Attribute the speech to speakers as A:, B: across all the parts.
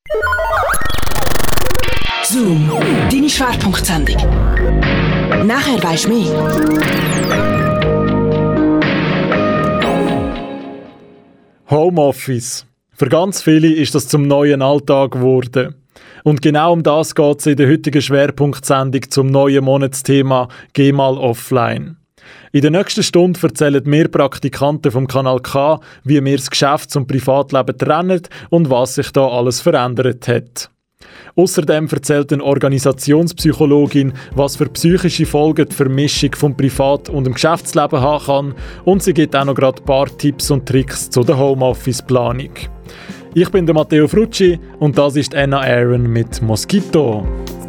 A: Zoom, deine Schwerpunktsendung. Nachher weisst du mehr.
B: Homeoffice. Für ganz viele ist das zum neuen Alltag geworden. Und genau um das geht es in der heutigen Schwerpunktsendung zum neuen Monatsthema «Geh mal offline». In der nächsten Stunde erzählen wir Praktikanten vom Kanal K, wie wir das Geschäfts- und Privatleben trennen und was sich da alles verändert hat. Außerdem erzählt eine Organisationspsychologin, was für psychische Folgen die Vermischung vom Privat- und dem Geschäftsleben haben kann, und sie gibt auch noch gerade ein paar Tipps und Tricks zu der Homeoffice-Planung. Ich bin der Matteo Frucci und das ist Anna Aaron mit «Mosquito».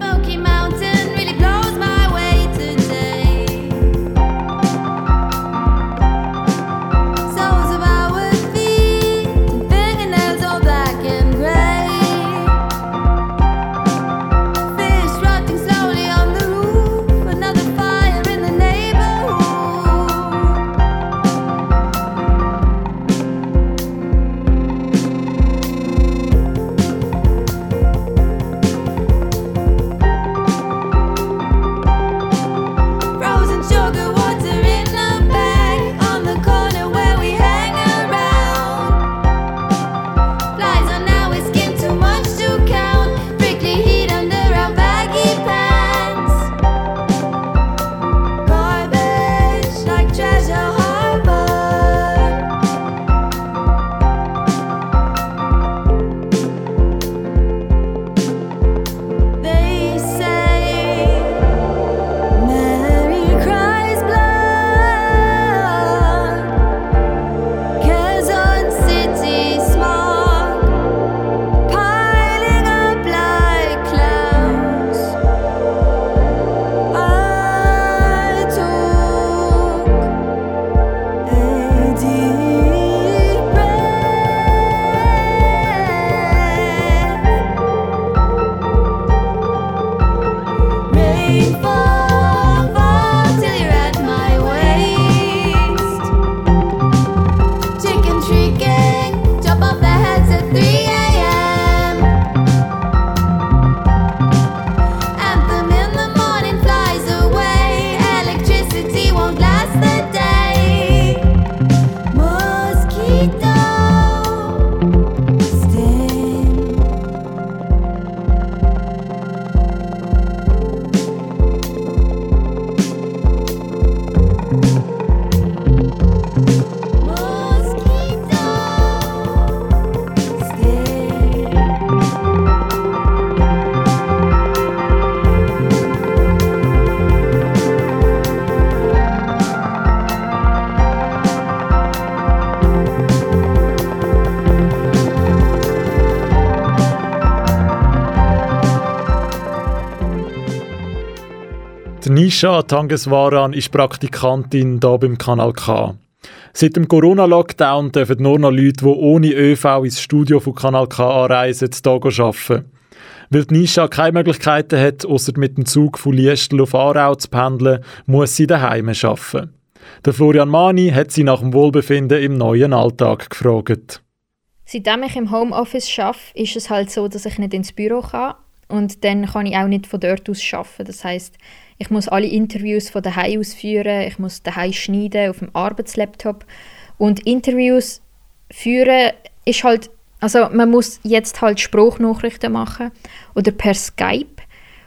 B: Nisha Tangeswaran ist Praktikantin hier beim Kanal K. Seit dem Corona-Lockdown dürfen nur noch Leute, die ohne ÖV ins Studio von Kanal K anreisen, hier arbeiten. Weil Nisha keine Möglichkeiten hat, ausser mit dem Zug von Liestal auf Aarau zu pendeln, muss sie daheim arbeiten. Der Florian Mani hat sie nach dem Wohlbefinden im neuen Alltag gefragt.
C: Seitdem ich im Homeoffice arbeite, ist es halt so, dass ich nicht ins Büro kann. Und dann kann ich auch nicht von dort aus arbeiten. Das heisst, ich muss alle Interviews von daheim aus führen, ich muss daheim schneiden auf dem Arbeitslaptop. Und Interviews führen ist halt, also man muss jetzt halt Sprachnachrichten machen oder per Skype.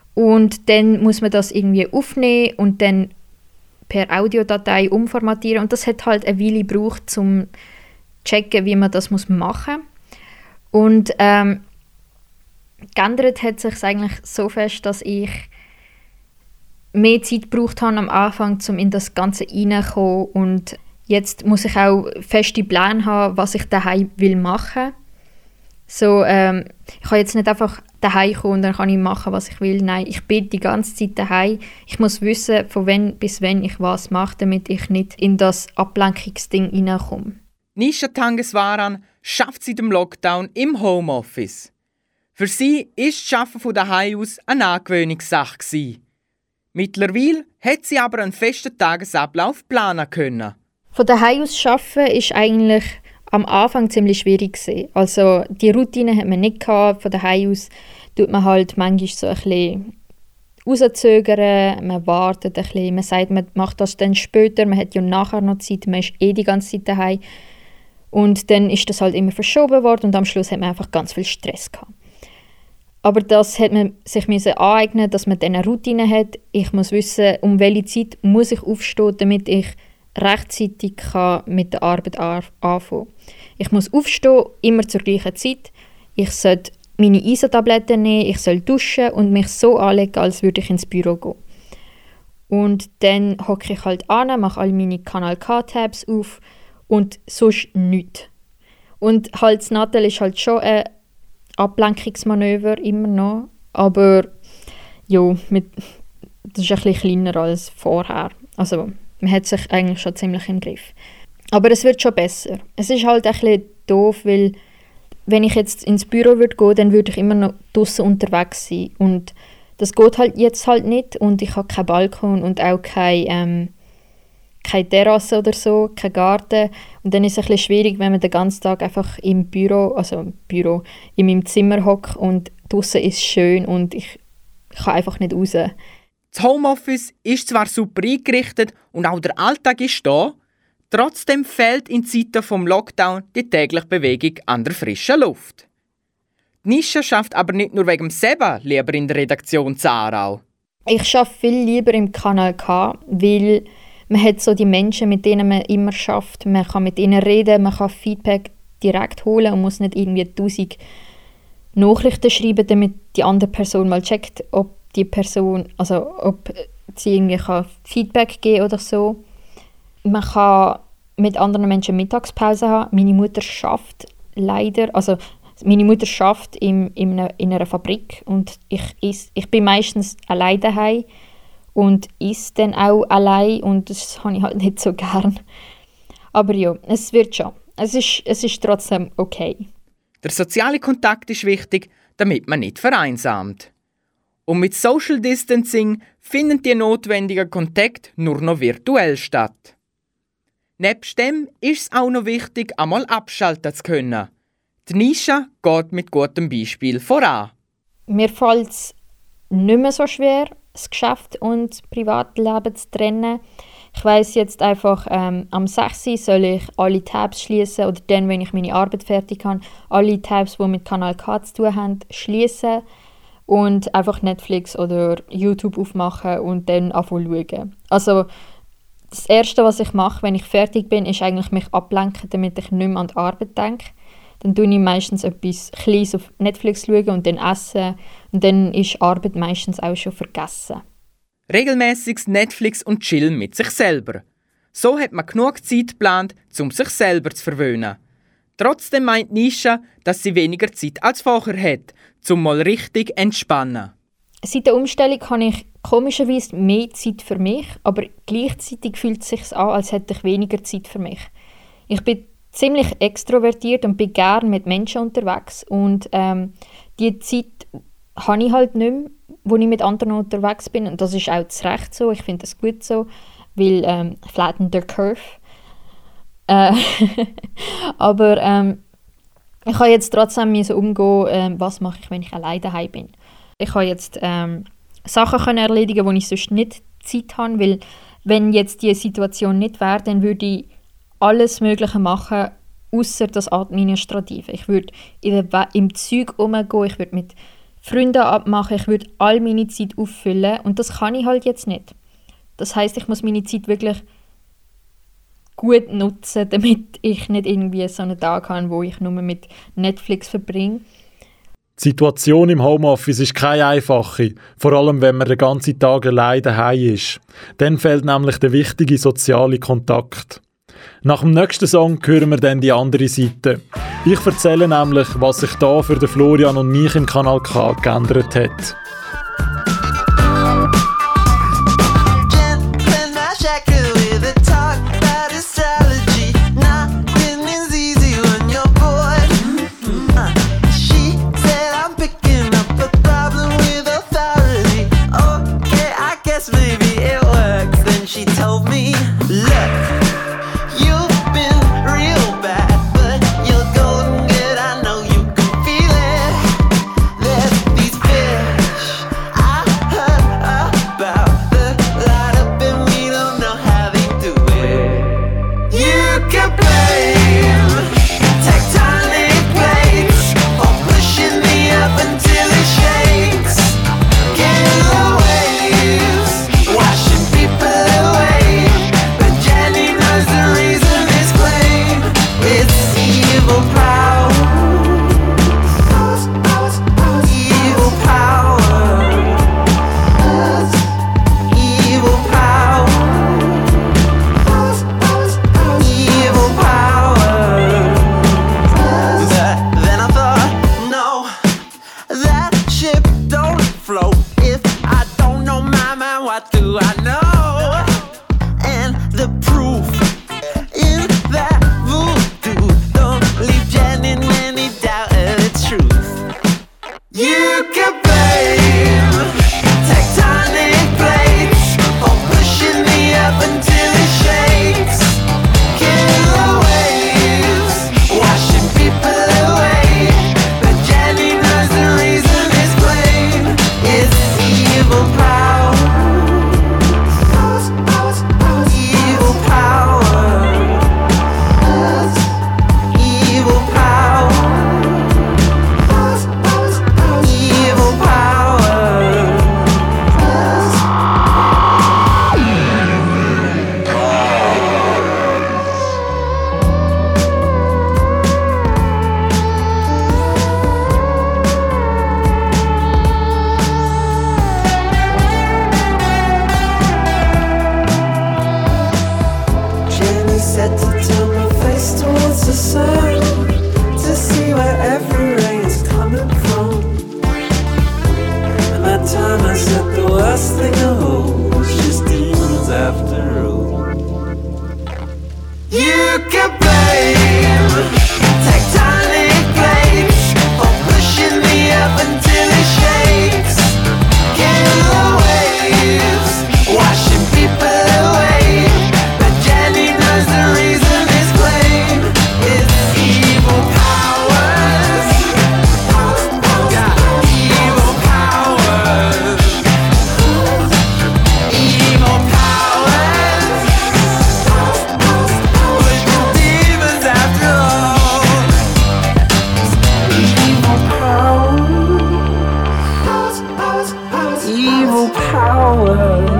C: Und dann muss man das irgendwie aufnehmen und dann per Audiodatei umformatieren. Und das hat halt eine Weile gebraucht, um zu checken, wie man das machen muss. Und geändert hat sich eigentlich so fest, dass ich mehr Zeit gebraucht habe am Anfang, um in das Ganze reinzukommen. Und jetzt muss ich auch feste Pläne haben, was ich daheim machen will. So, ich kann jetzt nicht einfach daheim kommen und dann kann ich machen, was ich will. Nein, ich bin die ganze Zeit daheim. Ich muss wissen, von wann bis wann ich was mache, damit ich nicht in das Ablenkungsding reinkomme.
D: Nisha Tangeswaran schafft seit dem Lockdown im Homeoffice. Für sie war das Arbeiten von daheim aus eine Angewöhnungssache. Mittlerweile hat sie aber einen festen Tagesablauf planen können.
C: Von daheim aus arbeiten ist eigentlich am Anfang ziemlich schwierig gewesen. Also die Routine hat man nicht gehabt. Von daheim aus tut man halt manchmal so ein bisschen rauszögern, man wartet ein bisschen, man sagt, man macht das dann später, man hat ja nachher noch Zeit, man ist die ganze Zeit daheim. Und dann ist das halt immer verschoben worden und am Schluss hat man einfach ganz viel Stress gehabt. Aber das hat man sich aneignen, dass man dann eine Routine hat. Ich muss wissen, um welche Zeit muss ich aufstehen, damit ich rechtzeitig mit der Arbeit anfangen kann. Ich muss aufstehen, immer zur gleichen Zeit. Ich sollte meine Eisentabletten nehmen, ich soll duschen und mich so anlegen, als würde ich ins Büro gehen. Und dann hocke ich halt an, mache all meine Kanal K-Tabs auf und sonst nichts. Und halt das Nattel ist halt schon ein Ablenkungsmanöver immer noch, aber ja, das ist ein bisschen kleiner als vorher. Also man hat sich eigentlich schon ziemlich im Griff. Aber es wird schon besser. Es ist halt ein bisschen doof, weil wenn ich jetzt ins Büro würde gehen, dann würde ich immer noch draussen unterwegs sein. Und das geht halt jetzt halt nicht. Und ich habe keinen Balkon und auch keine Terrasse oder so, keinen Garten. Und dann ist es ein bisschen schwierig, wenn man den ganzen Tag einfach in meinem Zimmer hockt und draussen ist es schön und ich kann einfach nicht raus.
D: Das Homeoffice ist zwar super eingerichtet und auch der Alltag ist da, trotzdem fehlt in Zeiten des Lockdown die tägliche Bewegung an der frischen Luft. Die Nisha schafft aber nicht nur wegen dem Seba lieber in der Redaktion Aarau.
C: Ich arbeite viel lieber im Kanal K, weil man hat so die Menschen, mit denen man immer schafft. Man kann mit ihnen reden, man kann Feedback direkt holen und muss nicht irgendwie 1000 Nachrichten schreiben, damit die andere Person mal checkt, ob sie irgendwie Feedback geben oder so. Man kann mit anderen Menschen Mittagspause haben. Meine Mutter arbeitet in einer Fabrik und ich bin meistens allein daheim und esse dann auch allein und das habe ich halt nicht so gern. Aber ja, es wird schon. Es ist trotzdem okay.
D: Der soziale Kontakt ist wichtig, damit man nicht vereinsamt. Und mit Social Distancing finden die notwendigen Kontakte nur noch virtuell statt. Nebst dem ist es auch noch wichtig, einmal abschalten zu können. Die Nisha geht mit gutem Beispiel voran.
C: Mir fällt es nicht mehr so schwer, das Geschäft und das Privatleben zu trennen. Ich weiss jetzt einfach, am 6. Uhr soll ich alle Tabs schließen oder dann, wenn ich meine Arbeit fertig habe, alle Tabs, die mit Kanal K zu tun haben, schließen und einfach Netflix oder YouTube aufmachen und dann anfangen zu schauen. Also das Erste, was ich mache, wenn ich fertig bin, ist eigentlich mich ablenken, damit ich nicht mehr an die Arbeit denke. Dann schaue ich meistens etwas Kleines auf Netflix schauen und dann essen. Und dann ist Arbeit meistens auch schon vergessen.
D: Regelmäßiges Netflix und Chillen mit sich selber. So hat man genug Zeit geplant, um sich selber zu verwöhnen. Trotzdem meint Nisha, dass sie weniger Zeit als vorher hat, um mal richtig entspannen.
C: Seit der Umstellung habe ich komischerweise mehr Zeit für mich, aber gleichzeitig fühlt es sich an, als hätte ich weniger Zeit für mich. Ich bin ziemlich extrovertiert und bin gerne mit Menschen unterwegs und die Zeit habe ich halt nicht mehr, wo ich mit anderen unterwegs bin und das ist auch zu Recht so, ich finde das gut so, weil flatten the curve. Aber ich kann jetzt trotzdem umgehen, was mache ich, wenn ich alleine daheim bin. Ich kann jetzt Sachen erledigen, wo ich sonst nicht Zeit habe, weil wenn jetzt diese Situation nicht wäre, dann würde ich alles Mögliche machen, außer das Administrative. Ich würde im Zeug rumgehen, ich würde mit Freunden abmachen, ich würde all meine Zeit auffüllen und das kann ich halt jetzt nicht. Das heisst, ich muss meine Zeit wirklich gut nutzen, damit ich nicht irgendwie so einen Tag habe, wo ich nur mit Netflix verbringe.
B: Die Situation im Homeoffice ist keine einfache, vor allem wenn man den ganzen Tag allein daheim ist. Dann fehlt nämlich der wichtige soziale Kontakt. Nach dem nächsten Song hören wir dann die andere Seite. Ich erzähle nämlich, was sich da für den Florian und mich im Kanal K geändert hat.
E: She told me, look, you've been real bad, but ship don't float. If I don't know my mind, what do I know? And the proof in that voodoo don't leave Jen in any doubt of the truth. You can blame tectonic plates for pushing me up until it shakes. Killer waves washing people away, but Jenny knows the reason is plain. It's evil power. Evil power. Evil power. Evil power. Jenny said to turn my face towards the sun to see where every rain's coming from. And that time I said the worst thing of all was just demons after all. You can blame tectonic plates for pushing me up until it shakes. Killer waves washing people away, but Jenny knows the reason is plain. It's evil powers. Yeah, evil powers. Evil powers. With the demons after all. Evil powers. Evil powers.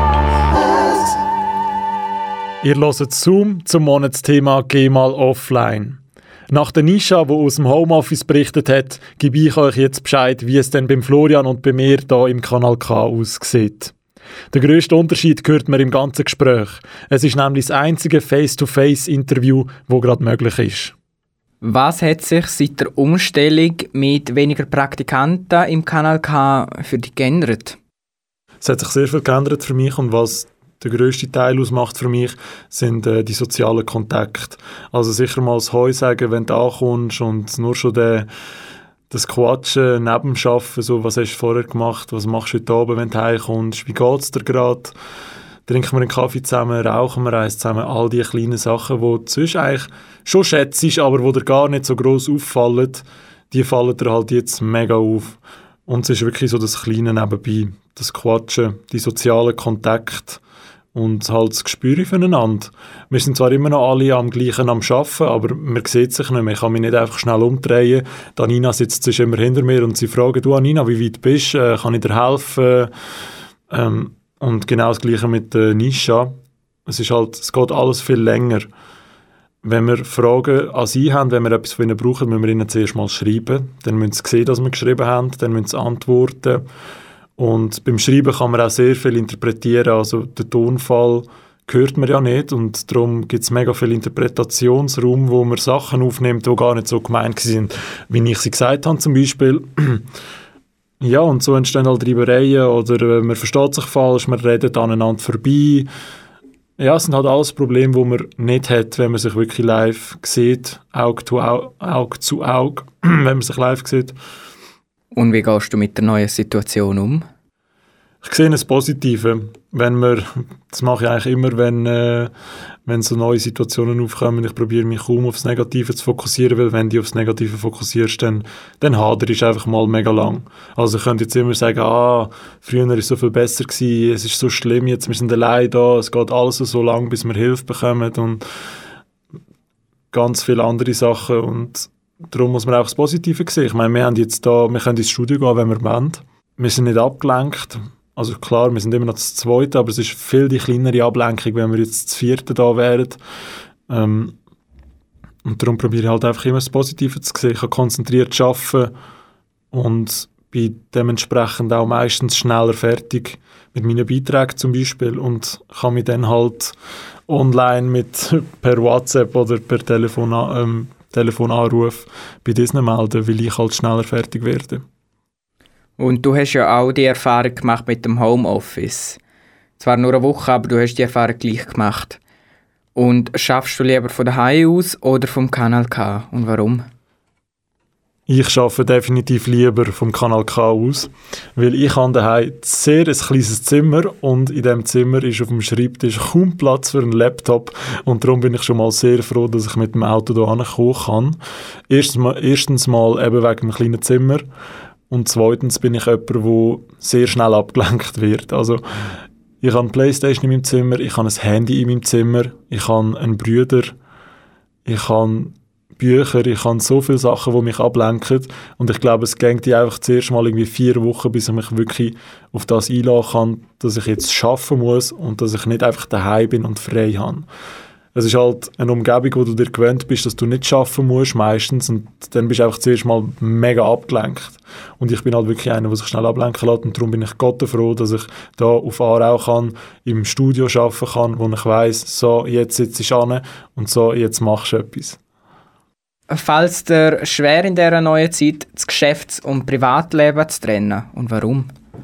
B: Ihr hört Zoom zum Monatsthema «Geh mal offline». Nach der Nisha, die aus dem Homeoffice berichtet hat, gebe ich euch jetzt Bescheid, wie es denn beim Florian und bei mir hier im Kanal K aussieht. Der grösste Unterschied hört man im ganzen Gespräch. Es ist nämlich das einzige Face-to-Face-Interview, das gerade möglich ist.
D: Was hat sich seit der Umstellung mit weniger Praktikanten im Kanal K für dich geändert?
B: Es hat sich sehr viel geändert für mich und was der grösste Teil ausmacht für mich, sind die sozialen Kontakte. Also sicher mal das Heu sagen, wenn du ankommst und nur schon das Quatschen neben dem Arbeiten, so, was hast du vorher gemacht, was machst du heute Abend, wenn du heimkommst, wie geht es dir gerade, trinken wir einen Kaffee zusammen, rauchen wir eins zusammen, all die kleinen Sachen, die du sonst eigentlich schon schätzt, aber die dir gar nicht so gross auffallen, die fallen dir halt jetzt mega auf. Und es ist wirklich so das Kleine nebenbei, das Quatschen, die sozialen Kontakte und halt das Gespür füreinander. Wir sind zwar immer noch alle am gleichen am Arbeiten, aber man sieht sich nicht mehr. Ich kann mich nicht einfach schnell umdrehen. Die Anina sitzt sich immer hinter mir und sie fragen, du Anina, wie weit bist du? Kann ich dir helfen? Und genau das Gleiche mit Nisha. Es geht alles viel länger. Wenn wir Fragen an sie haben, wenn wir etwas von ihnen brauchen, müssen wir ihnen zuerst mal schreiben. Dann müssen sie sehen, dass wir geschrieben haben, dann müssen sie antworten. Und beim Schreiben kann man auch sehr viel interpretieren. Also den Tonfall hört man ja nicht und darum gibt es mega viel Interpretationsraum, wo man Sachen aufnimmt, die gar nicht so gemeint sind, wie ich sie gesagt habe zum Beispiel. Ja, und so entstehen halt Reibereien oder man versteht sich falsch, man redet aneinander vorbei. Ja, es sind halt alles Probleme, die man nicht hat, wenn man sich wirklich live sieht, Auge zu Auge, wenn man sich live sieht.
D: Und wie gehst du mit der neuen Situation um?
B: Ich sehe das Positive. Das mache ich eigentlich immer, wenn so neue Situationen aufkommen. Ich probiere mich kaum aufs Negative zu fokussieren, weil wenn du aufs Negative fokussierst, dann haderst du einfach mal mega lang. Also ich könnte jetzt immer sagen, früher war es so viel besser gewesen, es ist so schlimm, jetzt wir sind allein da, es geht alles so lang, bis wir Hilfe bekommen und ganz viele andere Sachen und darum muss man auch das Positive sehen. Ich meine, wir können ins Studio gehen, wenn wir wollen. Wir sind nicht abgelenkt. Also klar, wir sind immer noch das Zweite, aber es ist viel die kleinere Ablenkung, wenn wir jetzt das Vierte da wären. Und darum probiere ich halt einfach immer das Positive zu sehen. Ich kann konzentriert arbeiten und bin dementsprechend auch meistens schneller fertig mit meinen Beiträgen zum Beispiel und kann mich dann halt online per WhatsApp oder per Telefonanruf bei diesen melden, weil ich halt schneller fertig werde.
D: Und du hast ja auch die Erfahrung gemacht mit dem Homeoffice. Zwar nur eine Woche, aber du hast die Erfahrung gleich gemacht. Und schaffst du lieber von daheim aus oder vom Kanal K? Und warum?
B: Ich arbeite definitiv lieber vom Kanal K aus, weil ich habe daheim sehr ein kleines Zimmer und in diesem Zimmer ist auf dem Schreibtisch kaum Platz für einen Laptop und darum bin ich schon mal sehr froh, dass ich mit dem Auto hier hinkommen kann. Erstens mal eben wegen dem kleinen Zimmer und zweitens bin ich jemand, der sehr schnell abgelenkt wird. Also ich habe eine Playstation in meinem Zimmer, ich habe ein Handy in meinem Zimmer, ich habe einen Bruder, ich habe Bücher, ich habe so viele Sachen, die mich ablenken und ich glaube, es geht einfach zuerst mal irgendwie 4 Wochen, bis ich mich wirklich auf das einlassen kann, dass ich jetzt arbeiten muss und dass ich nicht einfach daheim bin und frei habe. Es ist halt eine Umgebung, wo du dir gewöhnt bist, dass du nicht arbeiten musst meistens und dann bist du einfach zuerst mal mega abgelenkt. Und ich bin halt wirklich einer, der sich schnell ablenken lässt und darum bin ich Gott froh, dass ich da auf Aarau kann, im Studio arbeiten kann, wo ich weiss, so, jetzt sitze ich an und so, jetzt machst du etwas.
D: Fällt es dir schwer in dieser neuen Zeit, das Geschäfts- und Privatleben zu trennen? Und warum?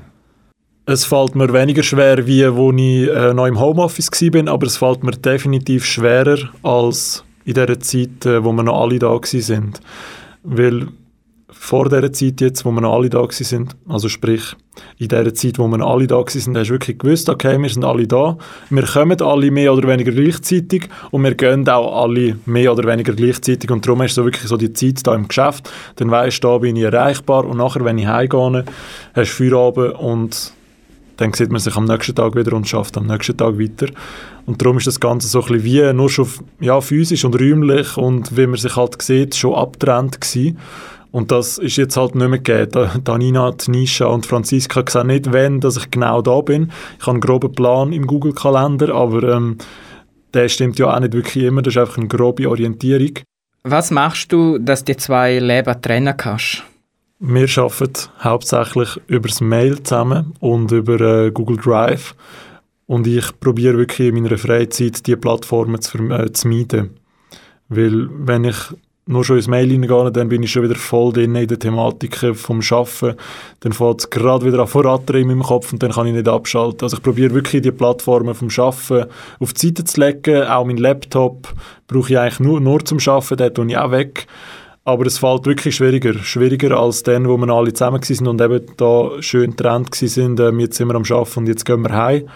B: Es fällt mir weniger schwer, wie als ich noch im Homeoffice war, aber es fällt mir definitiv schwerer als in der Zeit, wo wir noch alle da waren. Weil vor dieser Zeit jetzt, wo wir noch alle da waren, also sprich in der Zeit, wo wir noch alle da waren, hast du wirklich gewusst, okay, wir sind alle da, wir kommen alle mehr oder weniger gleichzeitig und wir gehen auch alle mehr oder weniger gleichzeitig und darum hast du wirklich so die Zeit da im Geschäft, dann weisst du, da bin ich erreichbar und nachher, wenn ich heimgehe, hast du Feierabend und dann sieht man sich am nächsten Tag wieder und schafft am nächsten Tag weiter. Und darum ist das Ganze so ein bisschen wie nur schon physisch und räumlich und wie man sich halt sieht, schon abgetrennt gewesen. Und das ist jetzt halt nicht mehr gegeben. Nina, Nisha und Franziska sehen nicht, wann dass ich genau da bin. Ich habe einen groben Plan im Google-Kalender, aber der stimmt ja auch nicht wirklich immer. Das ist einfach eine grobe Orientierung.
D: Was machst du, dass du die 2 Leben trennen kannst?
B: Wir arbeiten hauptsächlich über das Mail zusammen und über Google Drive. Und ich probiere wirklich in meiner Freizeit, diese Plattformen zu meiden. Weil wenn ich nur schon ins Mail hineingehe, dann bin ich schon wieder voll drin in der Thematik vom Arbeiten. Dann fängt es gerade wieder an voranzutreiben in meinem Kopf und dann kann ich nicht abschalten. Also ich probiere wirklich die Plattformen vom Arbeiten auf die Seite zu legen. Auch mein Laptop brauche ich eigentlich nur zum Arbeiten, den tue ich auch weg. Aber es fällt wirklich schwieriger als dann, wo wir alle zusammen waren und eben da schön getrennt waren. Jetzt sind wir am Arbeiten und jetzt gehen wir heim.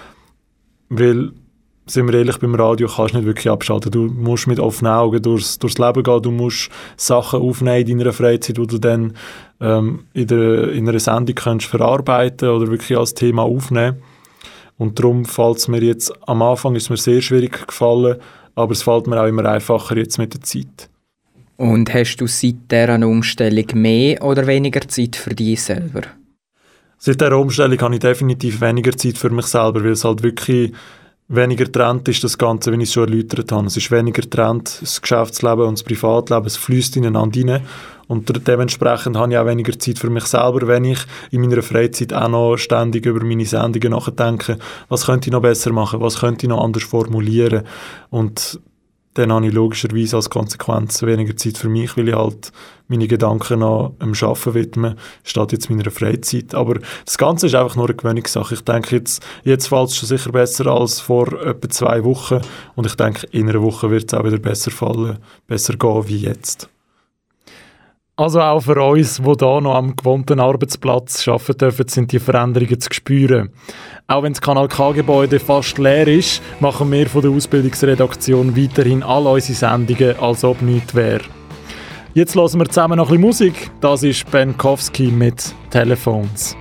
B: Weil, sind wir ehrlich, beim Radio kannst du nicht wirklich abschalten. Du musst mit offenen Augen durchs Leben gehen, du musst Sachen aufnehmen in deiner Freizeit, die du dann in einer Sendung kannst verarbeiten oder wirklich als Thema aufnehmen. Und darum fällt es mir jetzt, am Anfang ist es mir sehr schwierig gefallen, aber es fällt mir auch immer einfacher jetzt mit der Zeit.
D: Und hast du seit dieser Umstellung mehr oder weniger Zeit für dich selber?
B: Seit dieser Umstellung habe ich definitiv weniger Zeit für mich selber, weil es halt wirklich weniger getrennt ist, das Ganze, wie ich es schon erläutert habe. Es ist weniger getrennt, das Geschäftsleben und das Privatleben, es fließt ineinander rein. Und dementsprechend habe ich auch weniger Zeit für mich selber, wenn ich in meiner Freizeit auch noch ständig über meine Sendungen nachdenke, was könnte ich noch besser machen, was könnte ich noch anders formulieren. Und dann habe ich logischerweise als Konsequenz weniger Zeit für mich, weil ich halt meine Gedanken noch am Arbeiten widme, statt jetzt meiner Freizeit. Aber das Ganze ist einfach nur eine Gewöhnungssache. Ich denke, jetzt fällt es schon sicher besser als vor etwa 2 Wochen. Und ich denke, in einer Woche wird es auch wieder besser gehen wie jetzt.
F: Also auch für uns, die hier noch am gewohnten Arbeitsplatz arbeiten dürfen, sind die Veränderungen zu spüren. Auch wenn das Kanal K-Gebäude fast leer ist, machen wir von der Ausbildungsredaktion weiterhin all unsere Sendungen, als ob nichts wäre. Jetzt hören wir zusammen noch ein bisschen Musik. Das ist Benkowski mit Telephones.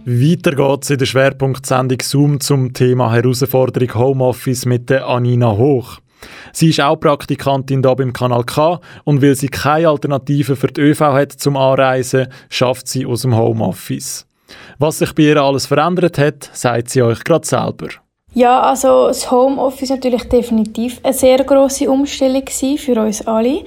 B: Weiter geht es in der Schwerpunktsendung Zoom zum Thema Herausforderung Homeoffice mit der Anina Hoch. Sie ist auch Praktikantin hier beim Kanal K und weil sie keine Alternative für die ÖV hat zum Anreisen, schafft sie aus dem Homeoffice. Was sich bei ihr alles verändert hat, sagt sie euch gerade selber.
G: Ja, also das Homeoffice war natürlich definitiv eine sehr grosse Umstellung für uns alle,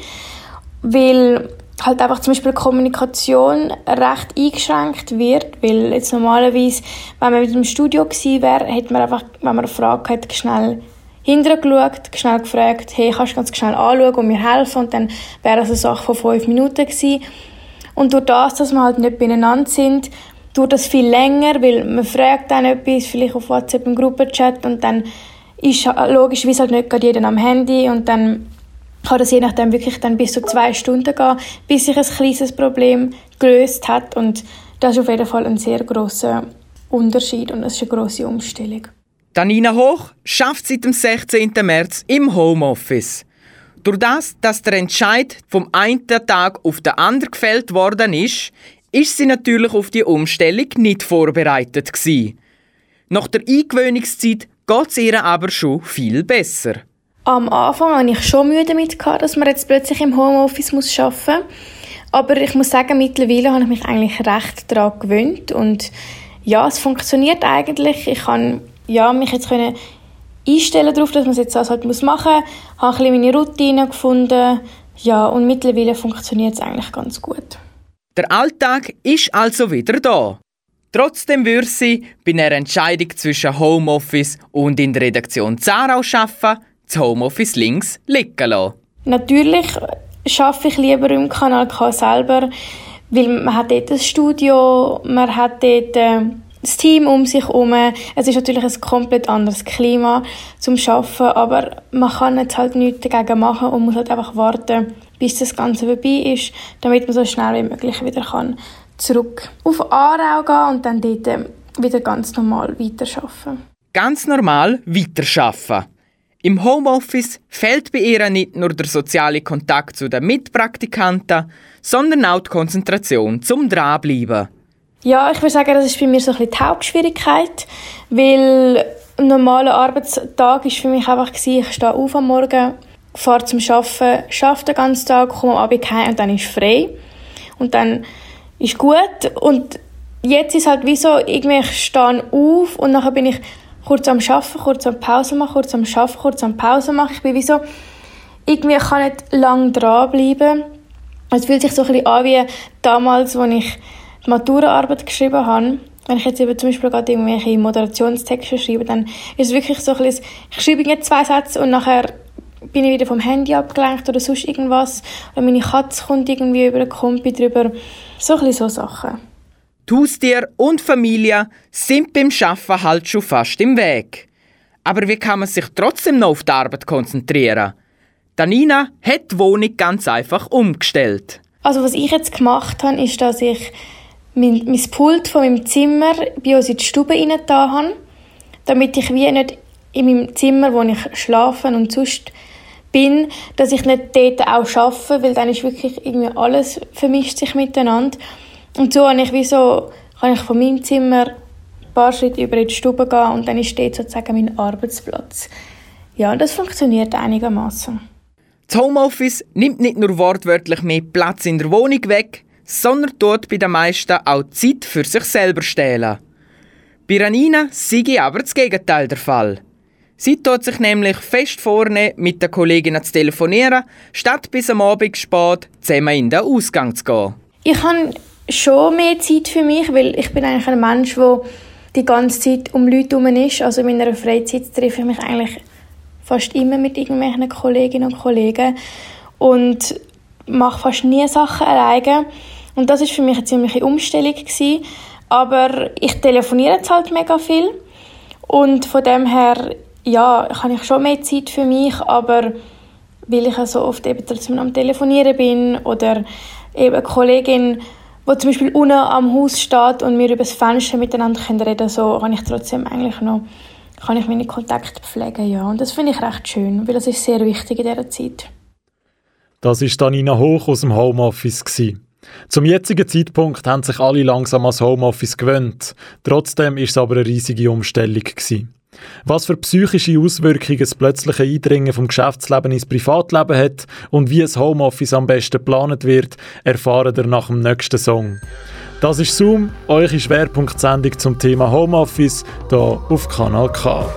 G: weil halt einfach zum Beispiel die Kommunikation recht eingeschränkt wird, weil jetzt normalerweise, wenn man mit dem Studio gewesen wäre, hätte man einfach, wenn man eine Frage hat, schnell hinterher geschaut, schnell gefragt, hey, kannst du ganz schnell anschauen und mir helfen? Und dann wäre das eine Sache von 5 Minuten gewesen. Und durch das, dass wir halt nicht beieinander sind, dauert das viel länger, weil man fragt dann etwas, vielleicht auf WhatsApp im Gruppenchat und dann ist logischerweise halt nicht gerade jeder am Handy und dann kann das je nachdem wirklich dann bis zu 2 Stunden gehen, bis sich ein kleines Problem gelöst hat und das ist auf jeden Fall ein sehr grosser Unterschied und das ist eine grosse Umstellung.
D: Anina Hoch schafft seit dem 16. März im Homeoffice. Durch das, dass der Entscheid vom einen Tag auf den anderen gefällt worden ist sie natürlich auf die Umstellung nicht vorbereitet gewesen. Nach der Eingewöhnungszeit geht es ihr aber schon viel besser.
G: Am Anfang hatte ich schon Mühe damit, dass man jetzt plötzlich im Homeoffice arbeiten muss. Aber ich muss sagen, mittlerweile habe ich mich eigentlich recht daran gewöhnt. Und ja, es funktioniert eigentlich. Ich kann mich jetzt einstellen darauf, dass man es jetzt halt machen muss. Ich habe ein bisschen meine Routine gefunden. Ja, und mittlerweile funktioniert es eigentlich ganz gut.
D: Der Alltag ist also wieder da. Trotzdem würde sie bei einer Entscheidung zwischen Homeoffice und in der Redaktion Zarau arbeiten, das Homeoffice links liegen lassen.
G: Natürlich arbeite ich lieber im Kanal K selber, weil man hat dort ein Studio, man hat dort das Team um sich herum. Es ist natürlich ein komplett anderes Klima zum Arbeiten, aber man kann jetzt halt nichts dagegen machen und muss halt einfach warten, bis das Ganze vorbei ist, damit man so schnell wie möglich wieder zurück auf Aarau gehen und dann dort wieder ganz normal weiterarbeiten.
D: Ganz normal weiterarbeiten. Im Homeoffice fehlt bei ihr nicht nur der soziale Kontakt zu den Mitpraktikanten, sondern auch die Konzentration zum Dranbleiben.
G: Ja, ich würde sagen, das ist bei mir so ein bisschen die Hauptschwierigkeit, weil ein normaler Arbeitstag war für mich einfach, ich stehe auf am Morgen, fahre zum Arbeiten, arbeite den ganzen Tag, komme am Abend heim und dann ist frei. Und dann ist gut. Und jetzt ist es halt wie so, irgendwie ich stehe auf und nachher bin ich kurz am Arbeiten, kurz am Pause machen, kurz am Arbeiten, kurz am Pause machen. Ich bin wie so, irgendwie ich kann nicht lange dranbleiben. Es fühlt sich so ein bisschen an wie damals, als ich die Maturaarbeit geschrieben habe. Wenn ich jetzt eben zum Beispiel gerade irgendwelche Moderationstexte schreibe, dann ist es wirklich so ein bisschen, ich schreibe jetzt 2 Sätze und nachher bin ich wieder vom Handy abgelenkt oder sonst irgendwas. Oder meine Katze kommt irgendwie über den Kompi drüber. So ein bisschen so Sachen.
D: Die Haustiere und Familie sind beim Arbeiten halt schon fast im Weg. Aber wie kann man sich trotzdem noch auf die Arbeit konzentrieren? Anina hat die Wohnung ganz einfach umgestellt.
G: Also was ich jetzt gemacht habe, ist, dass ich mein Pult von meinem Zimmer bei uns in die Stube reingetan habe, damit ich wie nicht in meinem Zimmer, wo ich schlafe und sonst bin, dass ich nicht dort auch arbeite, weil dann ist wirklich irgendwie alles vermischt sich miteinander. Und so kann ich von meinem Zimmer ein paar Schritte über in die Stube gehen und dann ist dort sozusagen mein Arbeitsplatz. Ja, und das funktioniert einigermaßen.
D: Das Homeoffice nimmt nicht nur wortwörtlich mehr Platz in der Wohnung weg, sondern tut bei den meisten auch Zeit für sich selber stehlen. Bei Anina sei aber das Gegenteil der Fall. Sie tut sich nämlich fest vornehmen, mit den Kolleginnen zu telefonieren, statt bis am Abend spät zusammen in den Ausgang zu gehen.
G: Ich habe schon mehr Zeit für mich, weil ich bin eigentlich ein Mensch, der die ganze Zeit um Leute herum ist. Also in meiner Freizeit treffe ich mich eigentlich fast immer mit irgendwelchen Kolleginnen und Kollegen und mache fast nie Sachen alleine. Und das war für mich eine ziemliche Umstellung gewesen. Aber ich telefoniere jetzt halt mega viel und von dem her habe ich schon mehr Zeit für mich, aber weil ich so oft eben trotzdem am Telefonieren bin oder eben eine Kollegin, die zum Beispiel unten am Haus steht und wir über das Fenster miteinander reden können, so kann ich trotzdem eigentlich noch meine Kontakte pflegen. Ja. Und das finde ich recht schön, weil das ist sehr wichtig in dieser Zeit.
B: Das war Anina Hoch aus dem Homeoffice. Zum jetzigen Zeitpunkt haben sich alle langsam ans Homeoffice gewöhnt. Trotzdem war es aber eine riesige Umstellung gewesen. Was für psychische Auswirkungen das plötzliche Eindringen vom Geschäftsleben ins Privatleben hat und wie das Homeoffice am besten geplant wird, erfahren ihr nach dem nächsten Song. Das ist Zoom, eure Schwerpunktsendung zum Thema Homeoffice, hier auf Kanal K.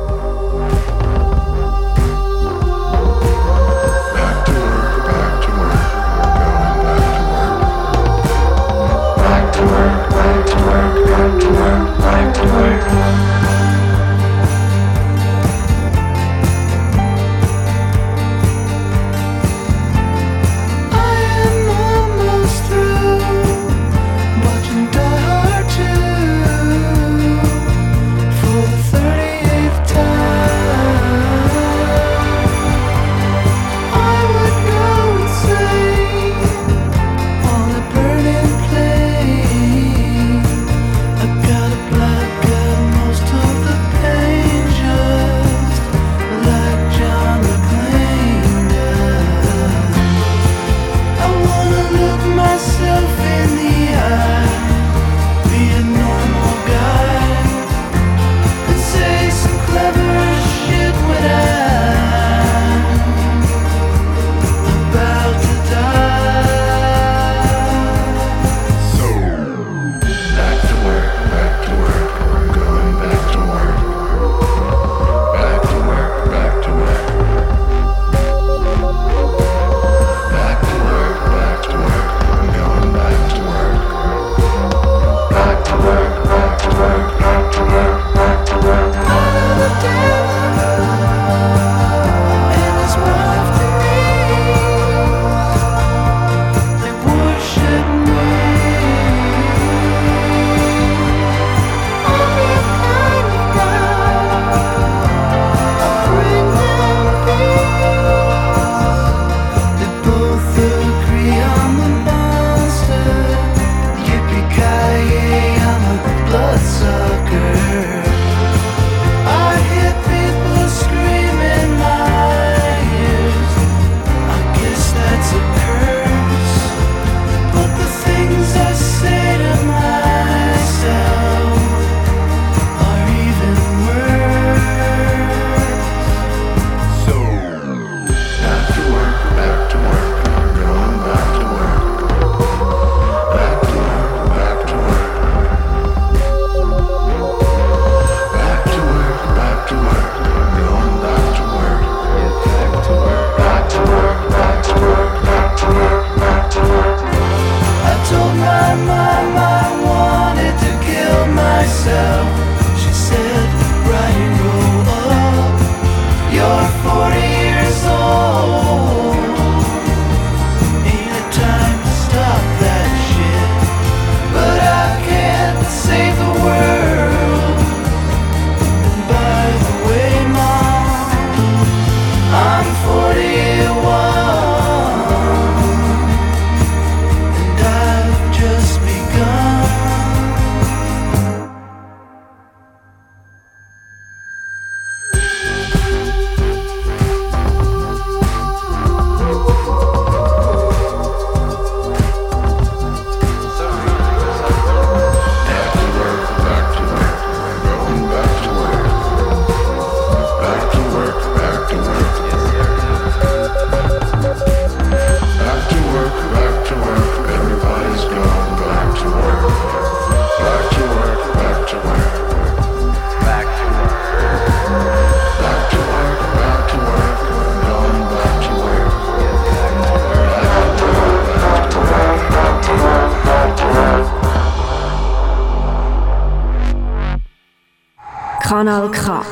A: Kanal K.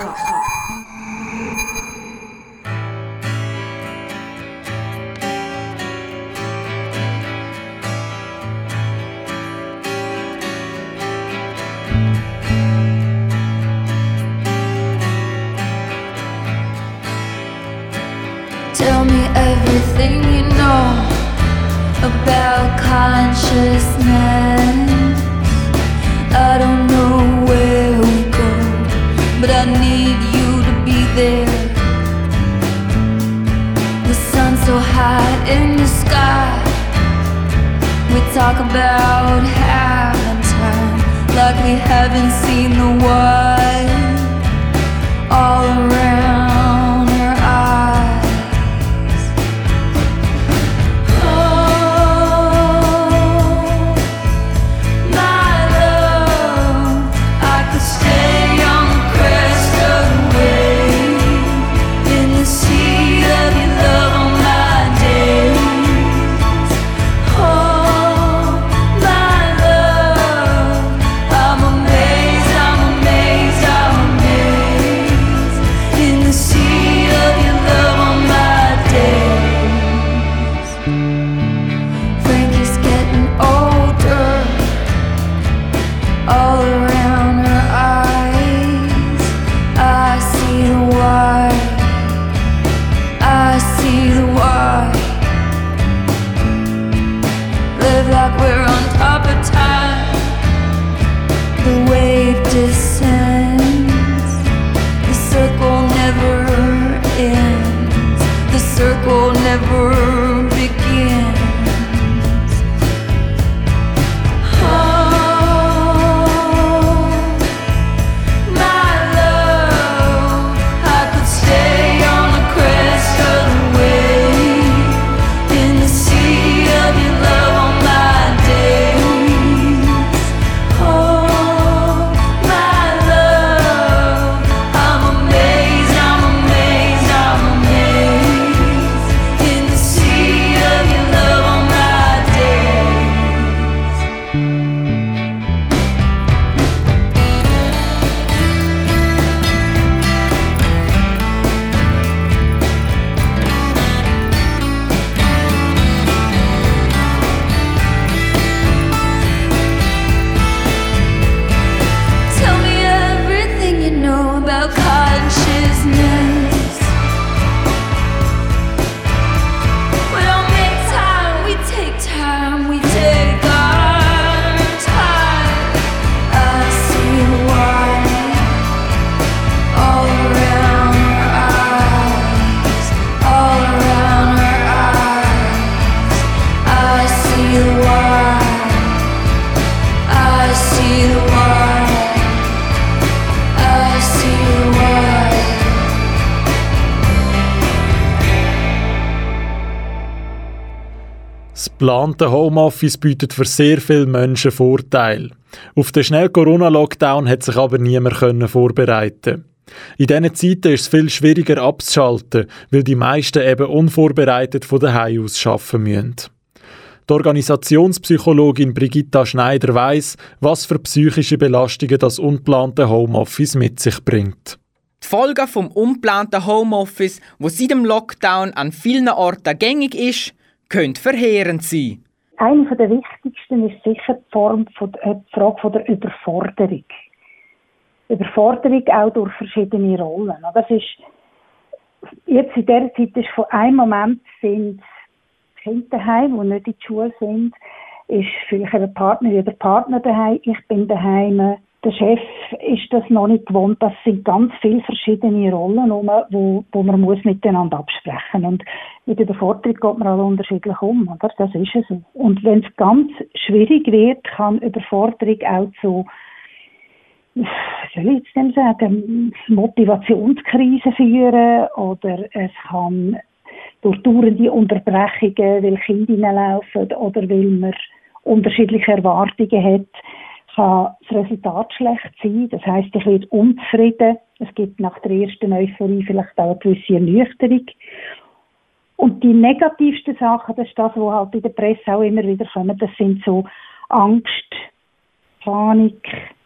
H: Tell me everything you know about consciousness. I don't know where we go, but I need you to be there. The sun's so high in the sky, we're talk about having time like we haven't seen the white all around her eyes. Oh, my love, I could stay on the crest of the wave in the sea of your love on my days. Oh, my love, I'm amazed, I'm amazed, I'm amazed in the sea of your love on my days. Frankie's getting older, all around her eyes. I see the white, I see the white. Live like we're on top of time. The wave descends. The circle never ends. The circle never begins. Oh, my love, I could stay on the crest of the wave in the sea of your love on my days. Oh, my love, I'm amazed, I'm amazed, I'm amazed in the sea of your love on my days. Tell me everything you know about consciousness. We don't make time, we take time, we take our time. I see the white all around her eyes, all around her eyes. I see the white, I see the white, I see the white.
B: Das geplante Homeoffice bietet für sehr viele Menschen Vorteile. Auf den schnellen Corona-Lockdown hat sich aber niemand vorbereiten. In diesen Zeiten ist es viel schwieriger abzuschalten, weil die meisten eben unvorbereitet von daheim aus arbeiten müssen. Die Organisationspsychologin Brigitta Schneider weiss, was für psychische Belastungen das ungeplante Homeoffice mit sich bringt.
D: Die Folgen vom ungeplanten Homeoffice, wo seit dem Lockdown an vielen Orten gängig ist, können verheerend sein.
I: Eine der wichtigsten ist sicher die Frage der Überforderung. Überforderung auch durch verschiedene Rollen. Das ist, jetzt in dieser Zeit ist von einem Moment sind Kinder daheim, die nicht in die Schule sind, ist vielleicht ein Partner oder Partner daheim, ich bin daheim. Der Chef ist das noch nicht gewohnt. Das sind ganz viele verschiedene Rollen, wo man muss miteinander absprechen muss. Und mit der Überforderung geht man alle unterschiedlich um. Oder? Das ist es so. Und wenn es ganz schwierig wird, kann Überforderung auch zu, wie soll ich jetzt denn sagen, Motivationskrise führen, oder es kann durch dauernde Unterbrechungen, weil Kinder reinlaufen oder weil man unterschiedliche Erwartungen hat, kann das Resultat schlecht sein. Das heisst, ich werde unzufrieden. Es gibt nach der ersten Euphorie vielleicht auch eine gewisse Ernüchterung. Und die negativsten Sachen, das ist das, was halt in der Presse auch immer wieder kommt, das sind so Angst, Panik,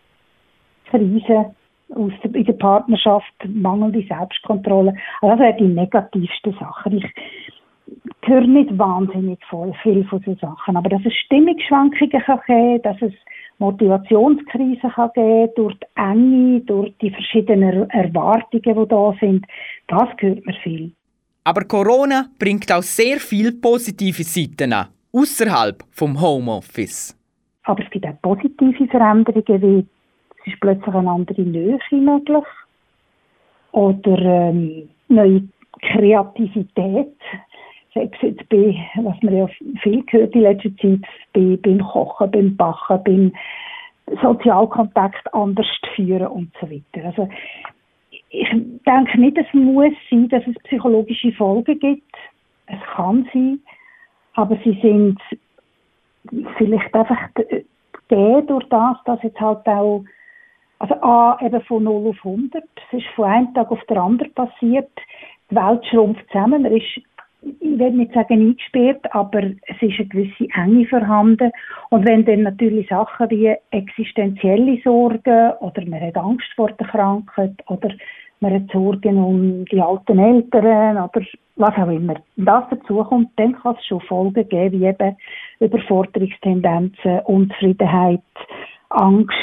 I: Krisen in der Partnerschaft, mangelnde Selbstkontrolle. Also das wären die negativsten Sachen. Ich höre nicht wahnsinnig viel von so Sachen, aber dass es Stimmungsschwankungen kann geben, dass es Motivationskrisen kann geben, durch die Enge, durch die verschiedenen Erwartungen, die da sind, das hört man viel.
D: Aber Corona bringt auch sehr viele positive Seiten an, außerhalb vom Homeoffice.
I: Aber es gibt auch positive Veränderungen, wie es ist plötzlich eine andere Nähe möglich oder neue Kreativität. sei es jetzt bei, was man ja viel gehört in letzter Zeit, beim Kochen, beim Backen, beim Sozialkontakt anders führen und so weiter. Also ich denke nicht, es muss sein, dass es psychologische Folgen gibt. Es kann sein, aber sie sind vielleicht einfach gegeben durch das, dass jetzt halt auch, also A, eben von 0 auf 100, es ist von einem Tag auf den anderen passiert, die Welt schrumpft zusammen, man ist, ich will nicht sagen eingesperrt, aber es ist eine gewisse Enge vorhanden. Und wenn dann natürlich Sachen wie existenzielle Sorgen oder man hat Angst vor der Krankheit oder man hat Sorgen um die alten Eltern oder was auch immer, wenn das dazu kommt, dann kann es schon Folgen geben, wie eben Überforderungstendenzen, Unzufriedenheit, Angst,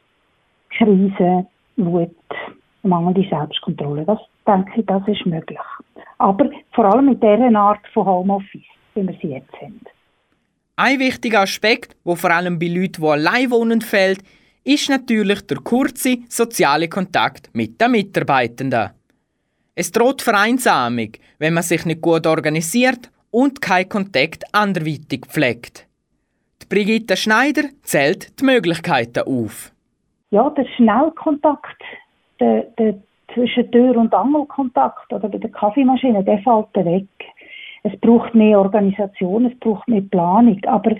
I: Krise, Wut, mangelnde Selbstkontrolle. Das denke ich, das ist möglich. Aber vor allem mit dieser Art von Homeoffice, wie wir sie jetzt haben.
D: Ein wichtiger Aspekt, der vor allem bei Leuten, die allein wohnen, fehlt, ist natürlich der kurze soziale Kontakt mit den Mitarbeitenden. Es droht Vereinsamung, wenn man sich nicht gut organisiert und keinen Kontakt anderweitig pflegt. Die Brigitte Schneider zählt die Möglichkeiten auf.
I: Ja, der Schnellkontakt, der zwischen Tür- und Angelkontakt oder bei der Kaffeemaschine, der fällt weg. Es braucht mehr Organisation, es braucht mehr Planung. Aber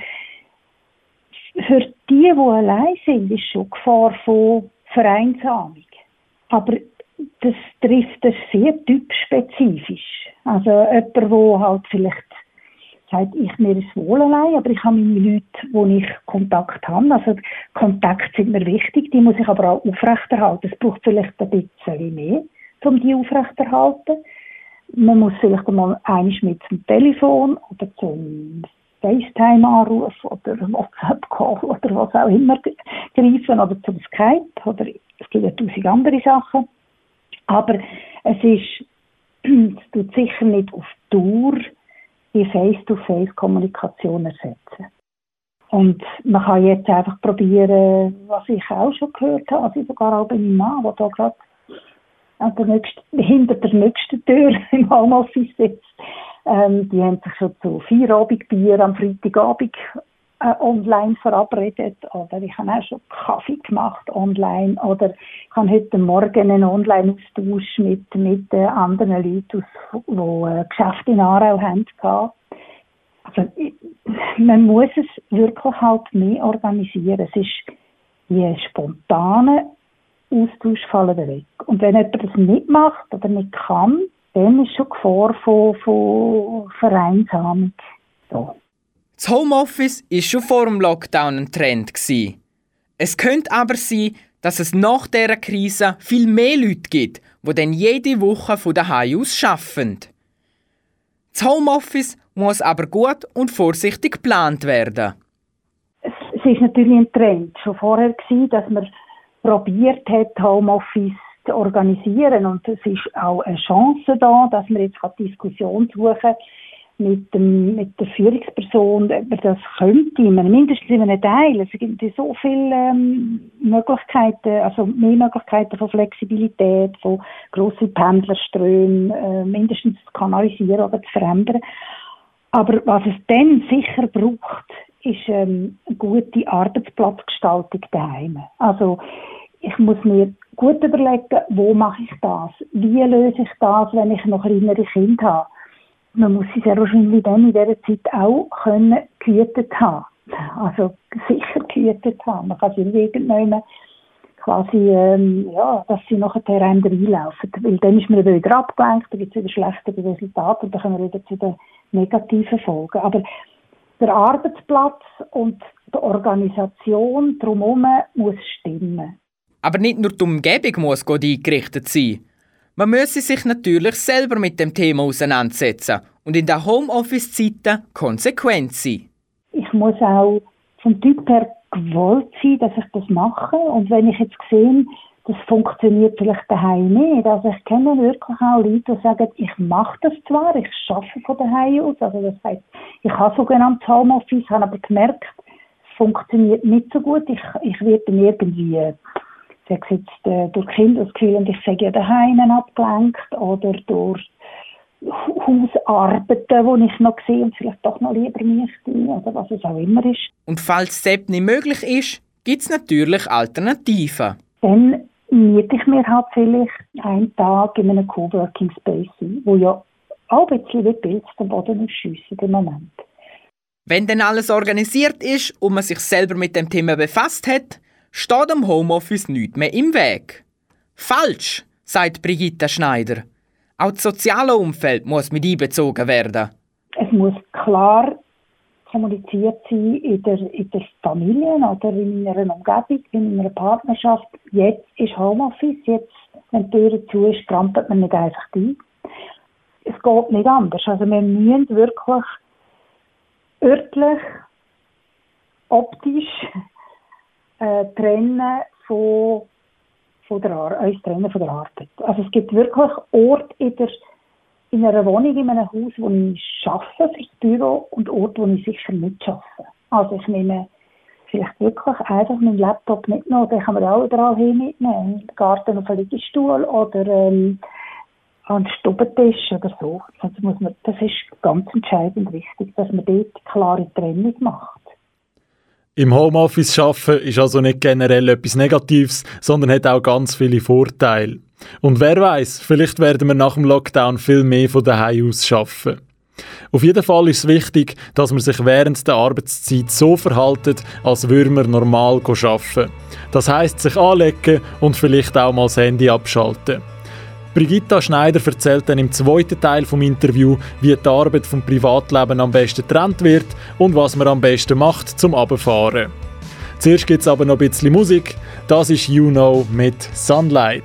I: für die allein sind, ist schon Gefahr von Vereinsamung. Aber das trifft es sehr typspezifisch. Also jemand, der halt vielleicht sagt, mir ist wohl allein, aber ich habe meine Leute, wo ich Kontakt habe. Also Kontakte sind mir wichtig, die muss ich aber auch aufrechterhalten. Es braucht vielleicht ein bisschen mehr, um die aufrechterhalten. Man muss vielleicht einmal einmal mit zum Telefon oder zum FaceTime-Anruf oder WhatsApp-Call oder was auch immer greifen oder zum Skype oder es gibt ja 1000 andere Sachen. Aber es tut sicher nicht auf Dauer die Face-to-Face-Kommunikation ersetzen. Und man kann jetzt einfach probieren, was ich auch schon gehört habe, also sogar auch bei meinem Mann, der da gerade hinter der nächsten Tür im Homeoffice sitzt. Die haben sich schon zu Feierabendbier am Freitagabend online verabredet. Oder ich habe auch schon Kaffee gemacht online. Oder ich habe heute Morgen einen Online-Austausch mit anderen Leuten, die Geschäfte in Aarau haben. Also, man muss es wirklich halt mehr organisieren. Es ist die spontane Austausch fallen weg. Und wenn jemand das nicht macht oder nicht kann, dann ist schon Gefahr von Vereinsamung. So.
D: Das Homeoffice war schon vor dem Lockdown ein Trend. Es könnte aber sein, dass es nach dieser Krise viel mehr Leute gibt, die dann jede Woche von daheim aus arbeiten. Das Homeoffice muss aber gut und vorsichtig geplant werden.
I: Es ist natürlich ein Trend schon vorher gewesen, dass man probiert hat, Homeoffice zu organisieren. Und es ist auch eine Chance da, dass man jetzt Diskussion suchen mit der Führungsperson, ob man das könnte, mindestens in einem Teil. Es gibt so viele Möglichkeiten, also mehr Möglichkeiten von Flexibilität, von grossen Pendlerströmen, mindestens zu kanalisieren oder zu verändern. Aber was es dann sicher braucht, ist eine gute Arbeitsplatzgestaltung daheim. Also ich muss mir gut überlegen, wo mache ich das? Wie löse ich das, wenn ich noch kleinere Kinder habe? Man muss sie sehr wahrscheinlich dann in dieser Zeit auch gehütet haben. Also sicher gehütet haben. Man kann sie irgendwann quasi, dass sie nachher einem reinlaufen. Weil dann ist man wieder abgelenkt, dann gibt es wieder schlechtere Resultate und dann kommen wir wieder zu den negativen Folgen. Aber der Arbeitsplatz und die Organisation drumherum muss stimmen.
D: Aber nicht nur die Umgebung muss gut eingerichtet sein. Man müsse sich natürlich selber mit dem Thema auseinandersetzen und in den Homeoffice-Zeiten konsequent sein.
I: Ich muss auch vom Typ her gewollt sein, dass ich das mache. Und wenn ich jetzt sehe, das funktioniert vielleicht daheim nicht. Also ich kenne wirklich auch Leute, die sagen, ich mache das zwar, ich arbeite von daheim aus. Also das heisst, ich habe sogenanntes Homeoffice, habe aber gemerkt, es funktioniert nicht so gut. Ich werde dann irgendwie, ich sage jetzt, durch Kinder das Gefühl, und ich sage ja daheim abgelenkt oder durch Hausarbeiten, die ich noch sehe und vielleicht doch noch lieber möchte oder was es auch immer ist.
D: Und falls es nicht möglich ist, gibt es natürlich Alternativen.
I: Dann miete ich mir halt vielleicht einen Tag in einem Coworking Space ein, wo ja auch ein bisschen wie Pilze den Boden aufschiessen im Moment.
D: Wenn dann alles organisiert ist und man sich selber mit dem Thema befasst hat, steht am Homeoffice nichts mehr im Weg. Falsch, sagt Brigitta Schneider. Auch das soziale Umfeld muss mit einbezogen werden.
I: Es muss klar kommuniziert sein in der Familie oder in einer Umgebung, in einer Partnerschaft. Jetzt ist Homeoffice, jetzt, wenn die Tür zu ist, trampelt man nicht einfach ein. Es geht nicht anders. Also wir müssen wirklich örtlich, optisch trennen von der Arbeit. Also es gibt wirklich Orte in einer Wohnung, in einem Haus, wo ich arbeite fürs Büro und Orte, wo ich sicher nicht arbeite. Also ich nehme vielleicht wirklich einfach meinen Laptop mitnehmen, den kann man auch überall hin mitnehmen, im Garten auf einen Liegestuhl oder an den Stubentisch oder so. Also das ist ganz entscheidend wichtig, dass man dort eine klare Trennung macht.
B: Im Homeoffice arbeiten ist also nicht generell etwas Negatives, sondern hat auch ganz viele Vorteile. Und wer weiß, vielleicht werden wir nach dem Lockdown viel mehr von daheim aus arbeiten. Auf jeden Fall ist es wichtig, dass man sich während der Arbeitszeit so verhält, als würde man normal arbeiten. Das heisst, sich anlegen und vielleicht auch mal das Handy abschalten. Brigitta Schneider erzählt dann im zweiten Teil des Interviews, wie die Arbeit vom Privatleben am besten getrennt wird und was man am besten macht zum Runterfahren. Zuerst gibt es aber noch ein bisschen Musik. Das ist You Know mit Sunlight.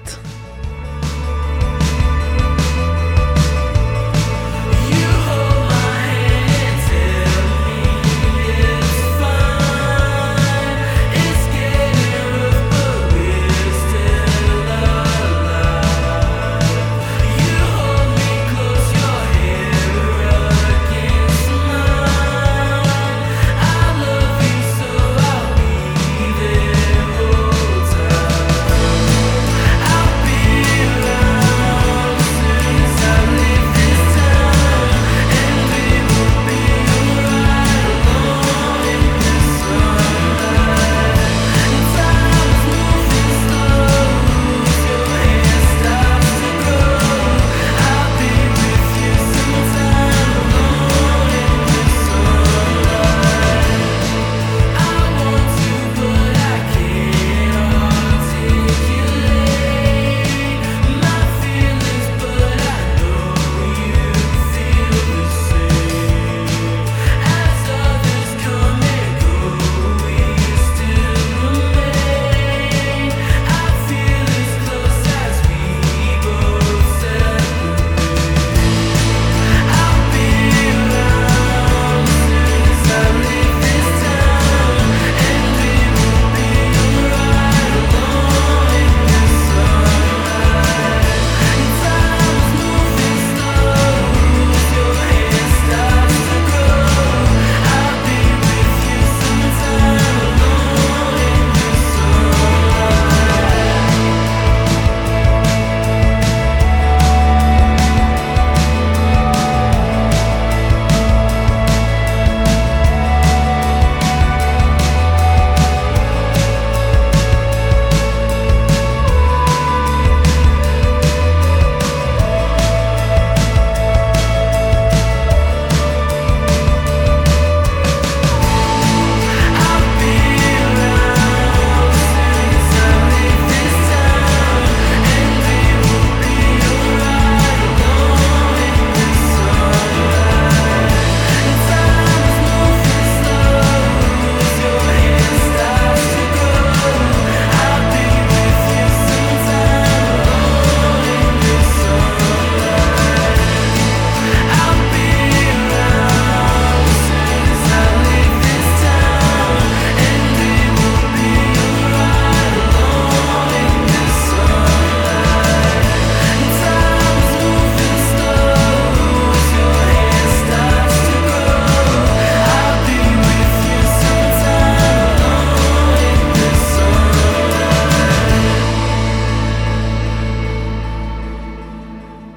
E: I'll